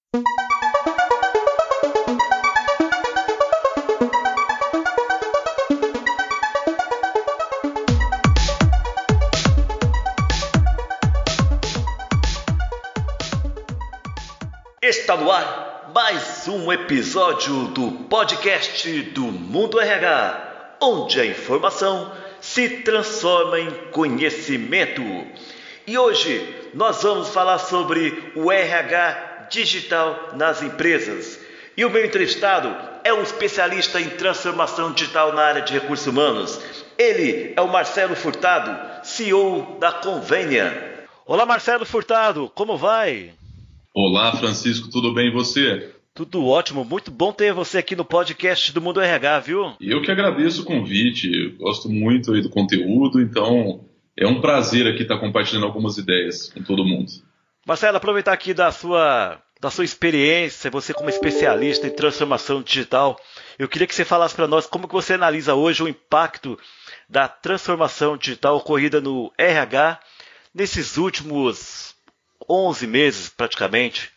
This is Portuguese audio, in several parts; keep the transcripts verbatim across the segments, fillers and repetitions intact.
Está no ar mais um episódio do podcast do Mundo R H, onde a informação se transforma em conhecimento. E hoje nós vamos falar sobre o R H digital nas empresas. E o meu entrevistado é um especialista em transformação digital na área de recursos humanos. Ele é o Marcelo Furtado, C E O da Convênia. Olá, Marcelo Furtado, como vai? Olá, Francisco, tudo bem e você? Tudo ótimo, muito bom ter você aqui no podcast do Mundo R H, viu? Eu que agradeço o convite, eu gosto muito aí do conteúdo, então é um prazer aqui estar compartilhando algumas ideias com todo mundo. Marcelo, aproveitar aqui da sua, da sua experiência, você como especialista em transformação digital, eu queria que você falasse para nós como que você analisa hoje o impacto da transformação digital ocorrida no R H nesses últimos onze meses, praticamente.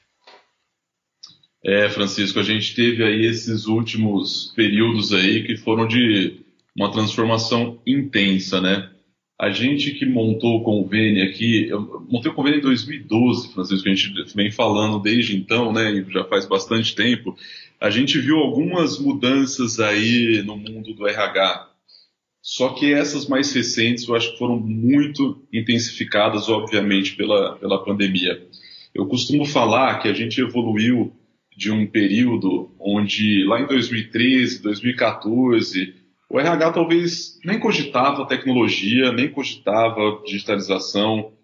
É, Francisco, a gente teve aí esses últimos períodos aí que foram de uma transformação intensa, né? A gente que montou o convênio aqui, eu montei o convênio em dois mil e doze, Francisco, a gente vem falando desde então, né? E já faz bastante tempo. A gente viu algumas mudanças aí no mundo do R H. Só que essas mais recentes eu acho que foram muito intensificadas, obviamente, pela, pela pandemia. Eu costumo falar que a gente evoluiu de um período onde, lá em dois mil e treze, dois mil e quatorze, o R H talvez nem cogitava tecnologia, nem cogitava digitalização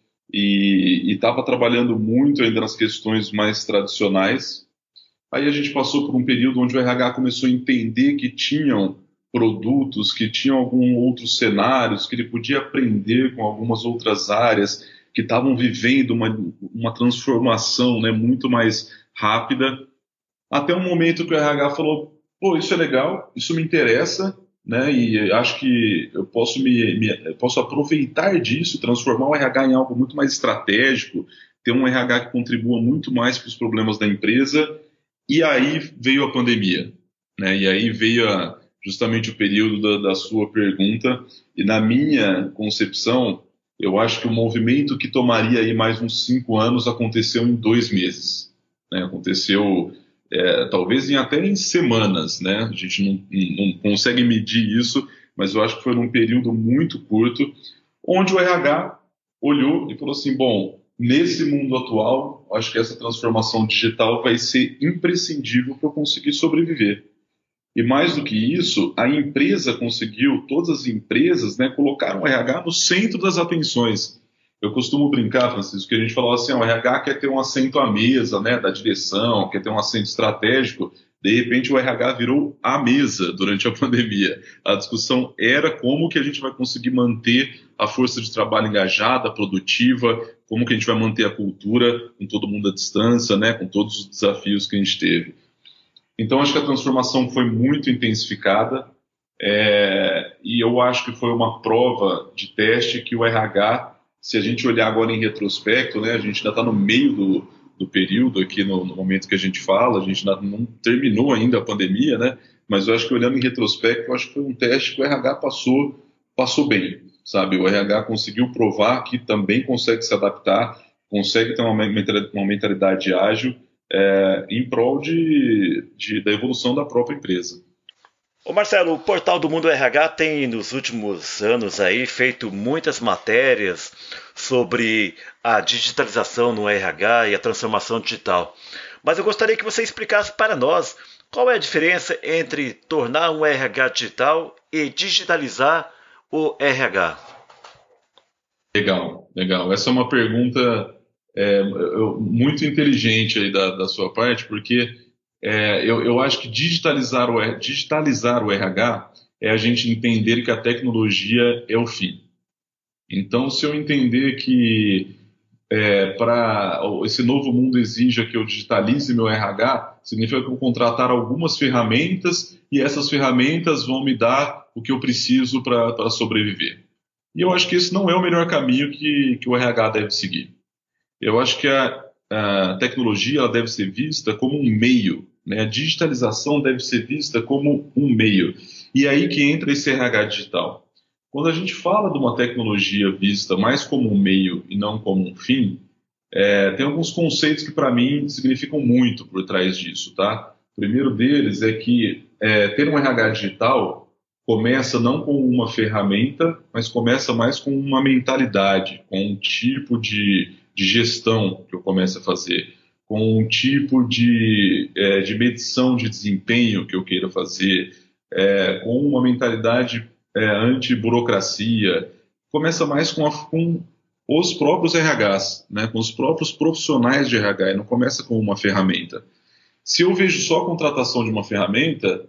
e estava trabalhando muito ainda nas questões mais tradicionais. Aí a gente passou por um período onde o R H começou a entender que tinham produtos, que tinham alguns outros cenários, que ele podia aprender com algumas outras áreas que estavam vivendo uma, uma transformação, né, muito mais rápida, até um momento que o R H falou, pô, isso é legal, isso me interessa, né, e acho que eu posso, me, me, eu posso aproveitar disso, transformar o R H em algo muito mais estratégico, ter um R H que contribua muito mais para os problemas da empresa, e aí veio a pandemia, né, e aí veio a justamente o período da, da sua pergunta, e na minha concepção, eu acho que o movimento que tomaria aí mais uns cinco anos aconteceu em dois meses. Né? Aconteceu, é, talvez em, até em semanas, né? A gente não, não consegue medir isso, mas eu acho que foi num período muito curto, onde o R H olhou e falou assim, bom, nesse mundo atual, acho que essa transformação digital vai ser imprescindível para eu conseguir sobreviver. E mais do que isso, a empresa conseguiu, todas as empresas, né, colocaram o R H no centro das atenções. Eu costumo brincar, Francisco, que a gente falava assim, ah, o R H quer ter um assento à mesa, né, da direção, quer ter um assento estratégico. De repente o R H virou a mesa durante a pandemia. A discussão era como que a gente vai conseguir manter a força de trabalho engajada, produtiva, como que a gente vai manter a cultura com todo mundo à distância, né, com todos os desafios que a gente teve. Então, acho que a transformação foi muito intensificada é, e eu acho que foi uma prova de teste que o R H, se a gente olhar agora em retrospecto, né, a gente ainda está no meio do, do período aqui no, no momento que a gente fala, a gente ainda não terminou ainda a pandemia, né, mas eu acho que olhando em retrospecto, eu acho que foi um teste que o R H passou, passou bem, sabe? O R H conseguiu provar que também consegue se adaptar, consegue ter uma, uma mentalidade ágil, É, em prol de, de, da evolução da própria empresa. Ô Marcelo, o portal do Mundo R H tem nos últimos anos aí feito muitas matérias sobre a digitalização no R H e a transformação digital. Mas eu gostaria que você explicasse para nós qual é a diferença entre tornar um R H digital e digitalizar o R H. Legal, legal. Essa é uma pergunta É, eu, muito inteligente aí da, da sua parte, porque é, eu, eu acho que digitalizar o, digitalizar o R H é a gente entender que a tecnologia é o fim. Então, se eu entender que é, para esse novo mundo exija que eu digitalize meu R H, significa que eu vou contratar algumas ferramentas e essas ferramentas vão me dar o que eu preciso para sobreviver. E eu acho que esse não é o melhor caminho que, que o R H deve seguir. Eu acho que a, a tecnologia ela deve ser vista como um meio, né? A digitalização deve ser vista como um meio. E aí que entra esse R H digital. Quando a gente fala de uma tecnologia vista mais como um meio e não como um fim, é, tem alguns conceitos que para mim significam muito por trás disso, tá? O primeiro deles é que é, ter um R H digital começa não com uma ferramenta, mas começa mais com uma mentalidade, com um tipo de, de gestão que eu começo a fazer, com um tipo de, é, de medição de desempenho que eu queira fazer, é, com uma mentalidade é, anti-burocracia. Começa mais com, a, com os próprios R Hs, né, com os próprios profissionais de R H, e não começa com uma ferramenta. Se eu vejo só a contratação de uma ferramenta,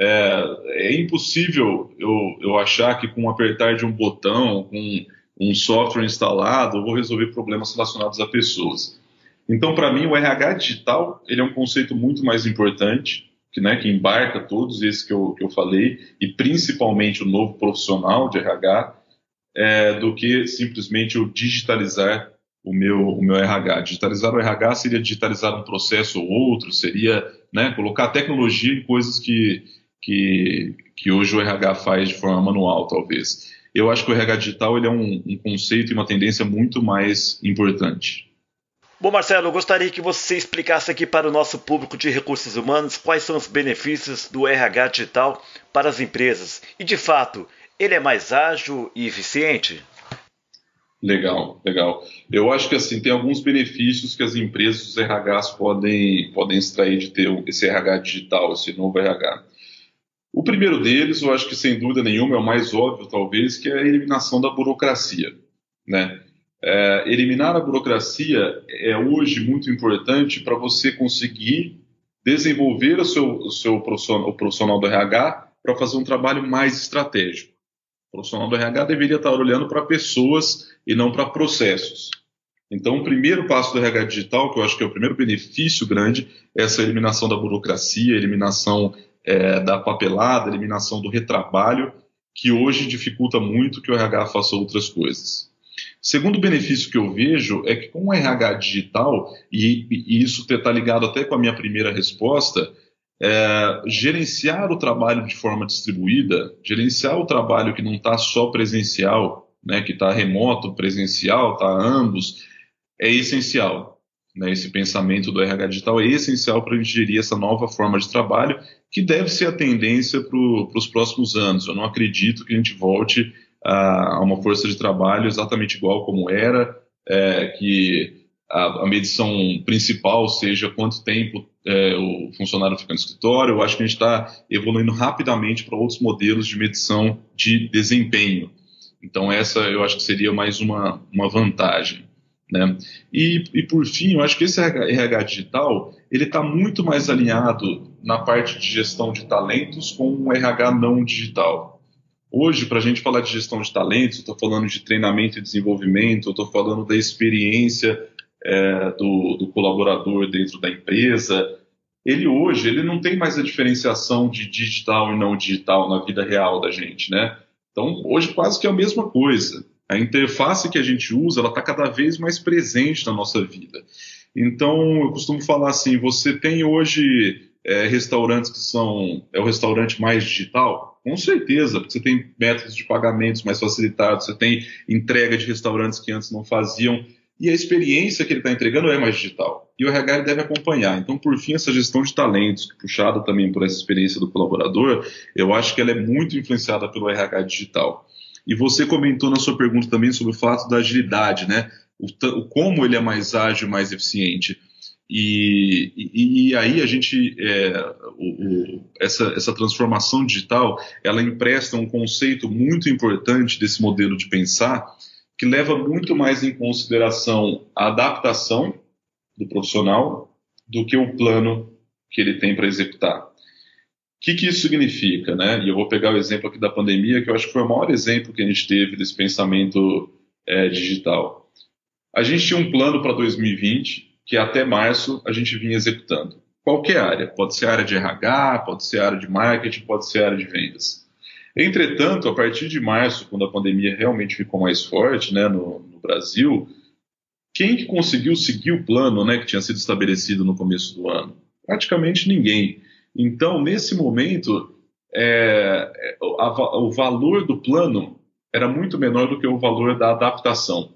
é, é impossível eu, eu achar que com o apertar de um botão, com um software instalado, eu vou resolver problemas relacionados a pessoas. Então, para mim, o R H digital ele é um conceito muito mais importante, que, né, que embarca todos esses que eu, que eu falei, e principalmente o novo profissional de R H, é, do que simplesmente eu digitalizar o meu, o meu R H. Digitalizar o R H seria digitalizar um processo ou outro, seria, né, colocar tecnologia em coisas que, que, que hoje o R H faz de forma manual, talvez. Eu acho que o R H digital ele é um, um conceito e uma tendência muito mais importante. Bom, Marcelo, eu gostaria que você explicasse aqui para o nosso público de recursos humanos quais são os benefícios do R H digital para as empresas. E, de fato, ele é mais ágil e eficiente? Legal, legal. Eu acho que assim, tem alguns benefícios que as empresas, os R Hs podem, podem extrair de ter esse R H digital, esse novo R H. O primeiro deles, eu acho que sem dúvida nenhuma, é o mais óbvio talvez, que é a eliminação da burocracia, né? É, eliminar a burocracia é hoje muito importante para você conseguir desenvolver o seu, o seu profissional, o profissional do R H para fazer um trabalho mais estratégico. O profissional do R H deveria estar olhando para pessoas e não para processos. Então, o primeiro passo do R H digital, que eu acho que é o primeiro benefício grande, é essa eliminação da burocracia, eliminação é, da papelada, eliminação do retrabalho, que hoje dificulta muito que o R H faça outras coisas. Segundo benefício que eu vejo é que com o R H digital, e, e isso está ligado até com a minha primeira resposta, é, gerenciar o trabalho de forma distribuída, gerenciar o trabalho que não está só presencial, né, que está remoto, presencial, está ambos, é essencial. Né, esse pensamento do R H digital é essencial para a gente gerir essa nova forma de trabalho, que deve ser a tendência para os próximos anos. Eu não acredito que a gente volte a, a uma força de trabalho exatamente igual como era, é, que a, a medição principal seja quanto tempo é, o funcionário fica no escritório. Eu acho que a gente está evoluindo rapidamente para outros modelos de medição de desempenho. Então essa eu acho que seria mais uma, uma vantagem. Né? E, e por fim, eu acho que esse R H digital ele está muito mais alinhado na parte de gestão de talentos com um R H não digital. Hoje, para a gente falar de gestão de talentos, eu estou falando de treinamento e desenvolvimento, eu estou falando da experiência é, do, do colaborador dentro da empresa. Ele hoje ele não tem mais a diferenciação de digital e não digital na vida real da gente, né? Então, hoje quase que é a mesma coisa. A interface que a gente usa, ela está cada vez mais presente na nossa vida. Então, eu costumo falar assim, você tem hoje é, restaurantes que são é o restaurante mais digital? Com certeza, porque você tem métodos de pagamentos mais facilitados, você tem entrega de restaurantes que antes não faziam, e a experiência que ele está entregando é mais digital. E o R H deve acompanhar. Então, por fim, essa gestão de talentos, puxada também por essa experiência do colaborador, eu acho que ela é muito influenciada pelo R H digital. E você comentou na sua pergunta também sobre o fato da agilidade, né? O, o como ele é mais ágil, mais eficiente. E, e, e aí a gente, é, o, o, essa, essa transformação digital, ela empresta um conceito muito importante desse modelo de pensar, que leva muito mais em consideração a adaptação do profissional do que o plano que ele tem para executar. O que, que isso significa, né? E eu vou pegar o exemplo aqui da pandemia, que eu acho que foi o maior exemplo que a gente teve desse pensamento é, digital. A gente tinha um plano para dois mil e vinte, que até março a gente vinha executando. Qualquer área, pode ser área de R H, pode ser área de marketing, pode ser área de vendas. Entretanto, a partir de março, quando a pandemia realmente ficou mais forte, né, no, no Brasil, Quem que conseguiu seguir o plano, né, que tinha sido estabelecido no começo do ano? Praticamente ninguém. Então, nesse momento, é, a, o valor do plano era muito menor do que o valor da adaptação.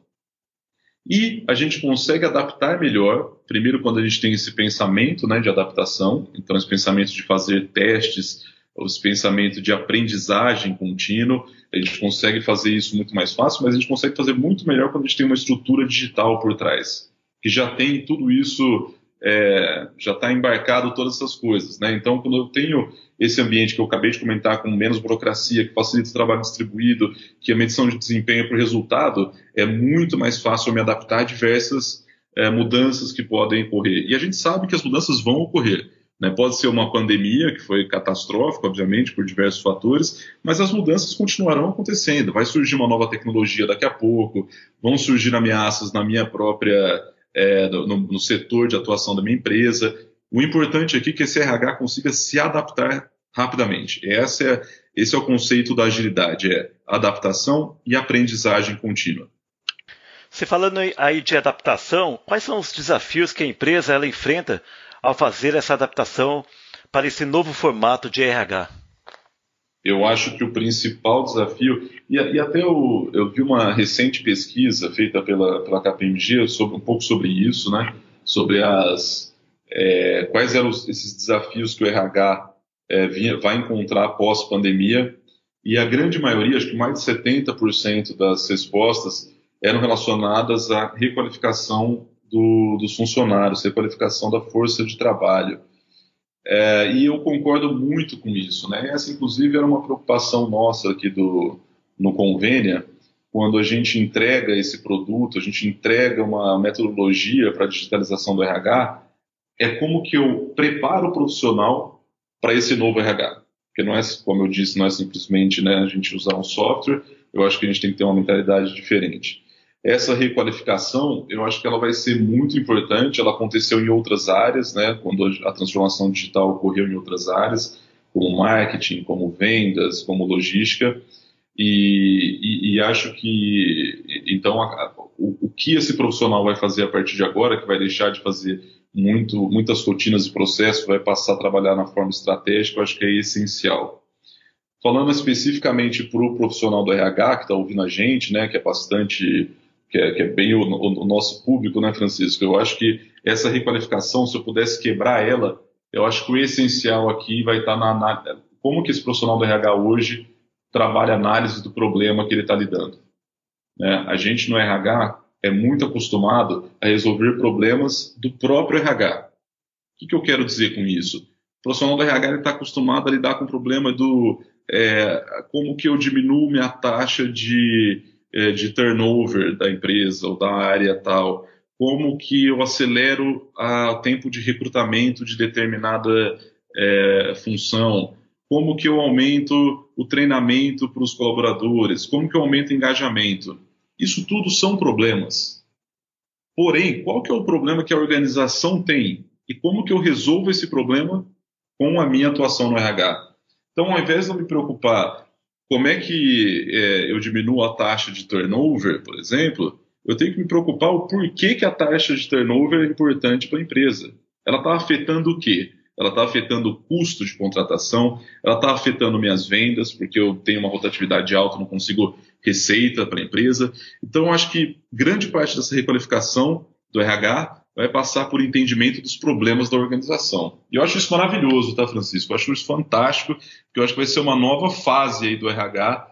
E a gente consegue adaptar melhor, primeiro quando a gente tem esse pensamento, né, de adaptação, então esse pensamento de fazer testes, esse pensamento de aprendizagem contínua, a gente consegue fazer isso muito mais fácil, mas a gente consegue fazer muito melhor quando a gente tem uma estrutura digital por trás, que já tem tudo isso, é, já está embarcado todas essas coisas, né? Então, quando eu tenho esse ambiente que eu acabei de comentar, com menos burocracia, que facilita o trabalho distribuído, que a medição de desempenho por resultado, é muito mais fácil eu me adaptar a diversas é, mudanças que podem ocorrer. E a gente sabe que as mudanças vão ocorrer, né? Pode ser uma pandemia, que foi catastrófica, obviamente, por diversos fatores, mas as mudanças continuarão acontecendo. Vai surgir uma nova tecnologia daqui a pouco, vão surgir ameaças na minha própria, é, no, no setor de atuação da minha empresa. O importante aqui é que esse R H consiga se adaptar rapidamente. Esse é, esse é o conceito da agilidade, é adaptação e aprendizagem contínua. Você falando aí de adaptação, quais são os desafios que a empresa ela enfrenta ao fazer essa adaptação para esse novo formato de R H? Eu acho que o principal desafio, e, e até eu, eu vi uma recente pesquisa feita pela, pela K P M G sobre, um pouco sobre isso, né? Sobre as, é, quais eram os, esses desafios que o R H é, vinha, vai encontrar pós-pandemia, e a grande maioria, acho que mais de setenta por cento das respostas eram relacionadas à requalificação do, dos funcionários, requalificação da força de trabalho. É, e eu concordo muito com isso, né? Essa, inclusive, era uma preocupação nossa aqui do, no Convênia, quando a gente entrega esse produto, a gente entrega uma metodologia para a digitalização do R H, é como que eu preparo o profissional para esse novo R H. Porque não é, como eu disse, não é simplesmente, né, a gente usar um software, eu acho que a gente tem que ter uma mentalidade diferente. Essa requalificação, eu acho que ela vai ser muito importante, ela aconteceu em outras áreas, né, quando a transformação digital ocorreu em outras áreas, como marketing, como vendas, como logística, e, e, e acho que, então, a, a, o, o que esse profissional vai fazer a partir de agora, que vai deixar de fazer muito, muitas rotinas de processo, vai passar a trabalhar na forma estratégica, eu acho que é essencial. Falando especificamente para o profissional do R H, que está ouvindo a gente, né, que é bastante... Que é, que é bem o, o, o nosso público, né, Francisco? Eu acho que essa requalificação, se eu pudesse quebrar ela, eu acho que o essencial aqui vai estar na, na como que esse profissional do R H hoje trabalha a análise do problema que ele está lidando. Né? A gente no R H é muito acostumado a resolver problemas do próprio R H. O que, que eu quero dizer com isso? O profissional do R H está acostumado a lidar com o problema do é, como que eu diminuo minha taxa de de turnover da empresa ou da área tal, como que eu acelero o tempo de recrutamento de determinada é, função, como que eu aumento o treinamento para os colaboradores, como que eu aumento o engajamento. Isso tudo são problemas. Porém, qual que é o problema que a organização tem? E como que eu resolvo esse problema com a minha atuação no R H? Então, ao invés de eu me preocupar como é que é, eu diminuo a taxa de turnover, por exemplo, eu tenho que me preocupar o porquê que a taxa de turnover é importante para a empresa. Ela está afetando o quê? Ela está afetando o custo de contratação, ela está afetando minhas vendas, porque eu tenho uma rotatividade alta, não consigo receita para a empresa. Então, eu acho que grande parte dessa requalificação do R H vai passar por entendimento dos problemas da organização. E eu acho isso maravilhoso, tá, Francisco? Eu acho isso fantástico, porque eu acho que vai ser uma nova fase aí do R H,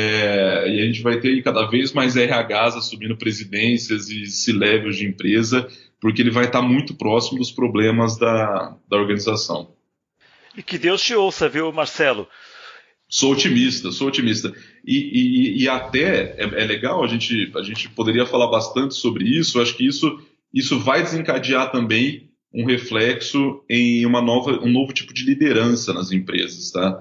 é, e a gente vai ter aí cada vez mais R Hs assumindo presidências e C-levels de empresa, porque ele vai estar muito próximo dos problemas da, da organização. E que Deus te ouça, viu, Marcelo? Sou otimista, sou otimista. E, e, e até é, é legal, a gente, a gente poderia falar bastante sobre isso, eu acho que isso... Isso vai desencadear também um reflexo em uma nova, um novo tipo de liderança nas empresas, tá?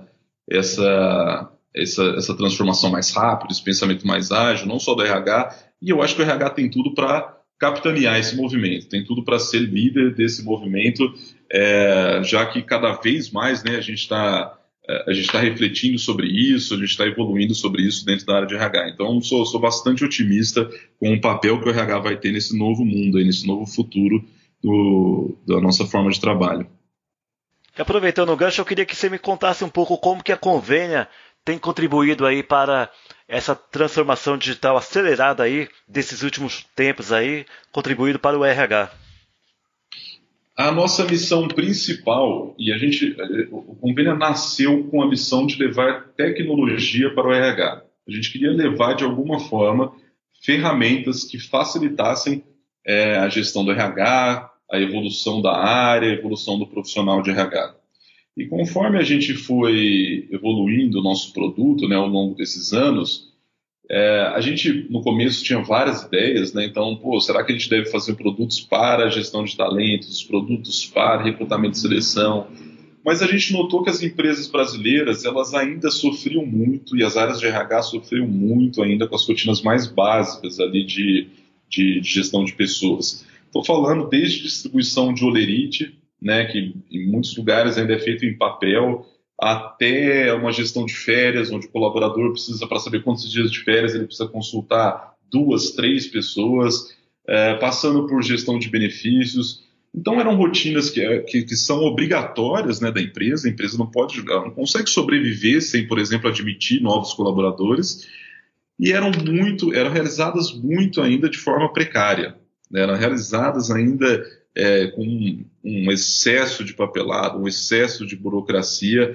Essa, essa, essa transformação mais rápida, esse pensamento mais ágil, não só do R H, e eu acho que o R H tem tudo para capitanear esse movimento, tem tudo para ser líder desse movimento, é, já que cada vez mais, né, a gente está a gente está refletindo sobre isso, a gente está evoluindo sobre isso dentro da área de R H. Então, sou, sou bastante otimista com o papel que o R H vai ter nesse novo mundo, aí, nesse novo futuro do, da nossa forma de trabalho. Aproveitando o gancho, eu queria que você me contasse um pouco como que a Convênia tem contribuído aí para essa transformação digital acelerada aí desses últimos tempos aí, contribuído para o R H. A nossa missão principal, e a gente, o Convênia nasceu com a missão de levar tecnologia para o R H. A gente queria levar, de alguma forma, ferramentas que facilitassem é, a gestão do R H, a evolução da área, a evolução do profissional de R H. E conforme a gente foi evoluindo o nosso produto, né, ao longo desses anos, é, a gente, no começo, tinha várias ideias, né? Então, pô, será que a gente deve fazer produtos para a gestão de talentos, produtos para recrutamento e seleção? Mas a gente notou que as empresas brasileiras, elas ainda sofriam muito, e as áreas de R H sofriam muito ainda com as rotinas mais básicas ali de, de, de gestão de pessoas. Estou falando desde distribuição de holerite, né, que em muitos lugares ainda é feito em papel, até uma gestão de férias, onde o colaborador precisa, para saber quantos dias de férias, ele precisa consultar duas, três pessoas, é, passando por gestão de benefícios. Então eram rotinas que, que, que são obrigatórias, né, da empresa. A empresa não pode, não consegue sobreviver sem, por exemplo, admitir novos colaboradores, e eram muito, eram realizadas muito ainda de forma precária, né, eram realizadas ainda É, com um, um excesso de papelado, um excesso de burocracia,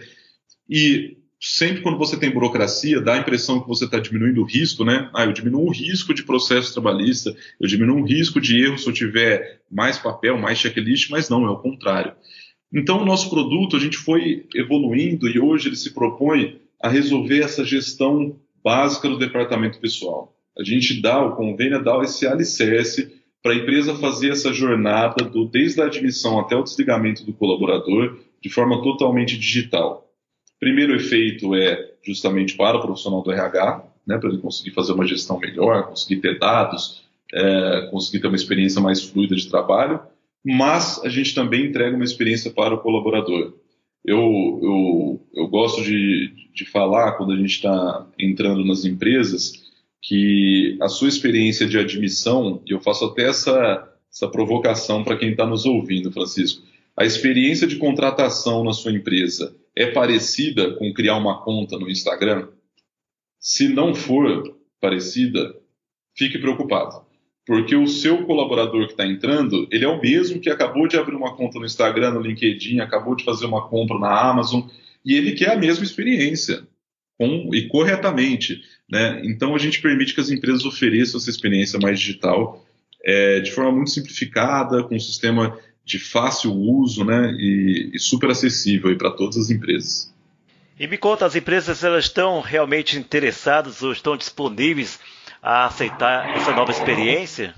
e sempre quando você tem burocracia, dá a impressão que você está diminuindo o risco, né? Ah, eu diminuo o risco de processo trabalhista, eu diminuo o risco de erro se eu tiver mais papel, mais checklist, mas não, é o contrário. Então, o nosso produto, a gente foi evoluindo e hoje ele se propõe a resolver essa gestão básica do departamento pessoal. A gente dá, o convênio dá esse alicerce para a empresa fazer essa jornada do, desde a admissão até o desligamento do colaborador de forma totalmente digital. Primeiro efeito é justamente para o profissional do R H, né, para ele conseguir fazer uma gestão melhor, conseguir ter dados, é, conseguir ter uma experiência mais fluida de trabalho, mas a gente também entrega uma experiência para o colaborador. Eu, eu, eu gosto de, de falar, quando a gente está entrando nas empresas, que a sua experiência de admissão, e eu faço até essa, essa provocação para quem está nos ouvindo, Francisco, a experiência de contratação na sua empresa é parecida com criar uma conta no Instagram? Se não for parecida, fique preocupado, porque o seu colaborador que está entrando, ele é o mesmo que acabou de abrir uma conta no Instagram, no LinkedIn, acabou de fazer uma compra na Amazon, e ele quer a mesma experiência, com, e corretamente, né? Então a gente permite que as empresas ofereçam essa experiência mais digital, é, de forma muito simplificada, com um sistema de fácil uso, né? e, e super acessível para todas as empresas. E me conta, as empresas elas estão realmente interessadas ou estão disponíveis a aceitar essa nova experiência?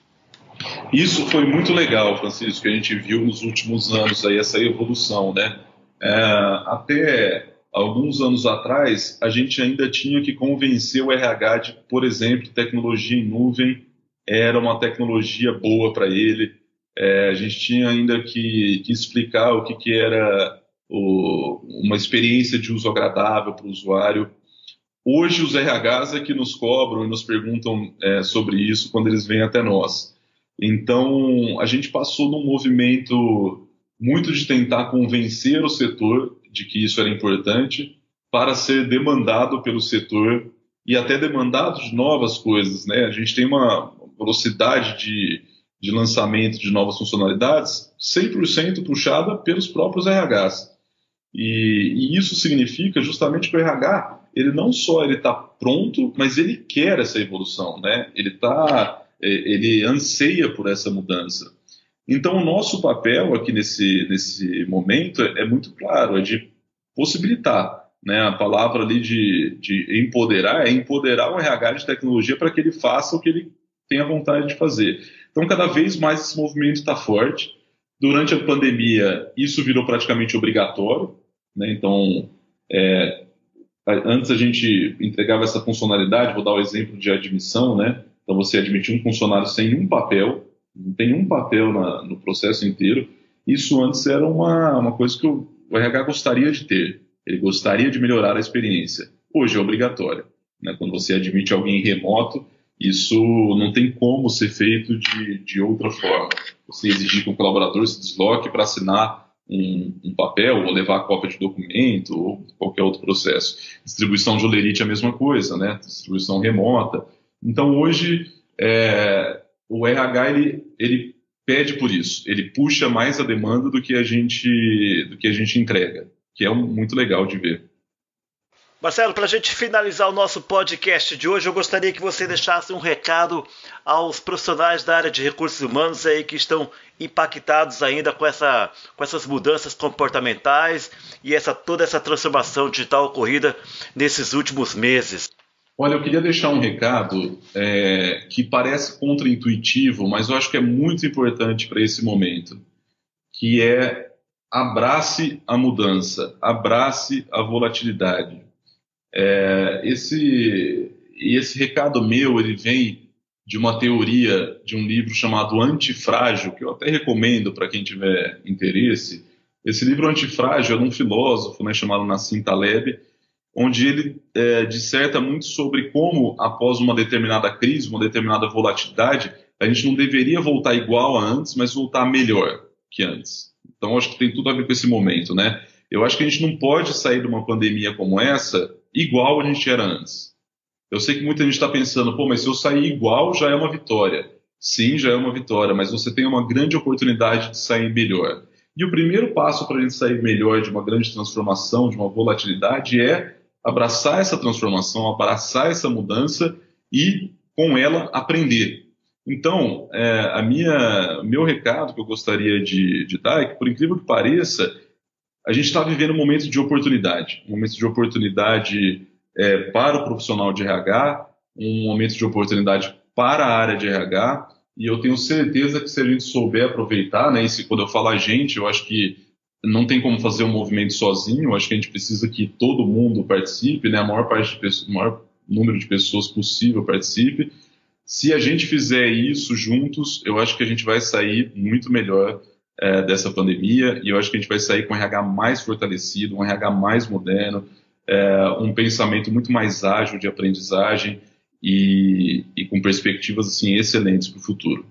Isso foi muito legal, Francisco, que a gente viu nos últimos anos aí, essa evolução, né? É, até alguns anos atrás, a gente ainda tinha que convencer o R H de, por exemplo, tecnologia em nuvem era uma tecnologia boa para ele. É, a gente tinha ainda que, que explicar o que, que era o, uma experiência de uso agradável para o usuário. Hoje, os R Hs é que nos cobram e nos perguntam é, sobre isso quando eles vêm até nós. Então, a gente passou num movimento muito de tentar convencer o setor de que isso era importante, para ser demandado pelo setor e até demandado de novas coisas, né? A gente tem uma velocidade de, de lançamento de novas funcionalidades cem por cento puxada pelos próprios R Hs. E, e isso significa justamente que o R H, ele não só ele está pronto, mas ele quer essa evolução, né? Ele, tá, ele anseia por essa mudança. Então, o nosso papel aqui nesse, nesse momento é, é muito claro, é de possibilitar, né? A palavra ali de, de empoderar é empoderar o R H de tecnologia para que ele faça o que ele tem a vontade de fazer. Então, cada vez mais esse movimento está forte. Durante a pandemia, isso virou praticamente obrigatório, né? Então, é, antes a gente entregava essa funcionalidade, vou dar o exemplo de admissão, né? Então, você admitir um funcionário sem um papel, não tem um papel na, no processo inteiro. Isso antes era uma, uma coisa que o, o R H gostaria de ter, ele gostaria de melhorar a experiência. Hoje é obrigatório, né? Quando você admite alguém remoto, isso não tem como ser feito de, de outra forma. Você exigir que o colaborador se desloque para assinar um, um papel, ou levar a cópia de documento, ou qualquer outro processo. Distribuição de holerite é a mesma coisa, né? Distribuição remota. Então, hoje, é, o R H, ele, ele pede por isso. Ele puxa mais a demanda do que a gente, do que a gente entrega, que é um, muito legal de ver. Marcelo, para a gente finalizar o nosso podcast de hoje, eu gostaria que você deixasse um recado aos profissionais da área de recursos humanos aí que estão impactados ainda com, essa, com essas mudanças comportamentais e essa, toda essa transformação digital ocorrida nesses últimos meses. Olha, eu queria deixar um recado é, que parece contraintuitivo, mas eu acho que é muito importante para esse momento, que é abrace a mudança, abrace a volatilidade. É, esse, esse recado meu, ele vem de uma teoria de um livro chamado Antifrágil, que eu até recomendo para quem tiver interesse. Esse livro Antifrágil é de um filósofo, né, chamado Nassim Taleb, onde ele é, disserta muito sobre como, após uma determinada crise, uma determinada volatilidade, a gente não deveria voltar igual a antes, mas voltar melhor que antes. Então, acho que tem tudo a ver com esse momento, né? Eu acho que a gente não pode sair de uma pandemia como essa igual a gente era antes. Eu sei que muita gente está pensando, pô, mas se eu sair igual já é uma vitória. Sim, já é uma vitória, mas você tem uma grande oportunidade de sair melhor. E o primeiro passo para a gente sair melhor de uma grande transformação, de uma volatilidade, é abraçar essa transformação, abraçar essa mudança e, com ela, aprender. Então, é, a minha, meu recado que eu gostaria de, de dar é que, por incrível que pareça, a gente está vivendo um momento de oportunidade, um momento de oportunidade é, para o profissional de R H, um momento de oportunidade para a área de R H, e eu tenho certeza que se a gente souber aproveitar, né, e se, quando eu falo a gente, eu acho que não tem como fazer um movimento sozinho, eu acho que a gente precisa que todo mundo participe, né, a maior parte de pessoas, o maior número de pessoas possível participe. Se a gente fizer isso juntos, eu acho que a gente vai sair muito melhor É, dessa pandemia, e eu acho que a gente vai sair com um R H mais fortalecido, um R H mais moderno, é, um pensamento muito mais ágil de aprendizagem e, e com perspectivas assim, excelentes para o futuro.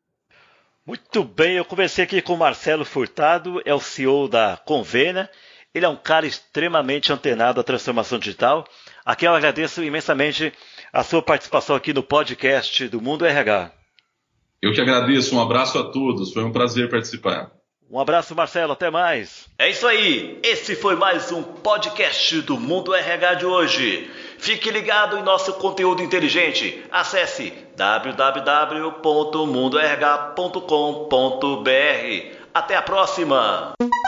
Muito bem, eu conversei aqui com o Marcelo Furtado, é o C E O da Convena. Ele é um cara extremamente antenado à transformação digital. Aqui eu agradeço imensamente a sua participação aqui no podcast do Mundo R H. Eu que agradeço, um abraço a todos, foi um prazer participar. Um abraço, Marcelo, até mais. É isso aí, esse foi mais um podcast do Mundo R H de hoje. Fique ligado em nosso conteúdo inteligente. Acesse w w w ponto mundo r h ponto com ponto b r. Até a próxima!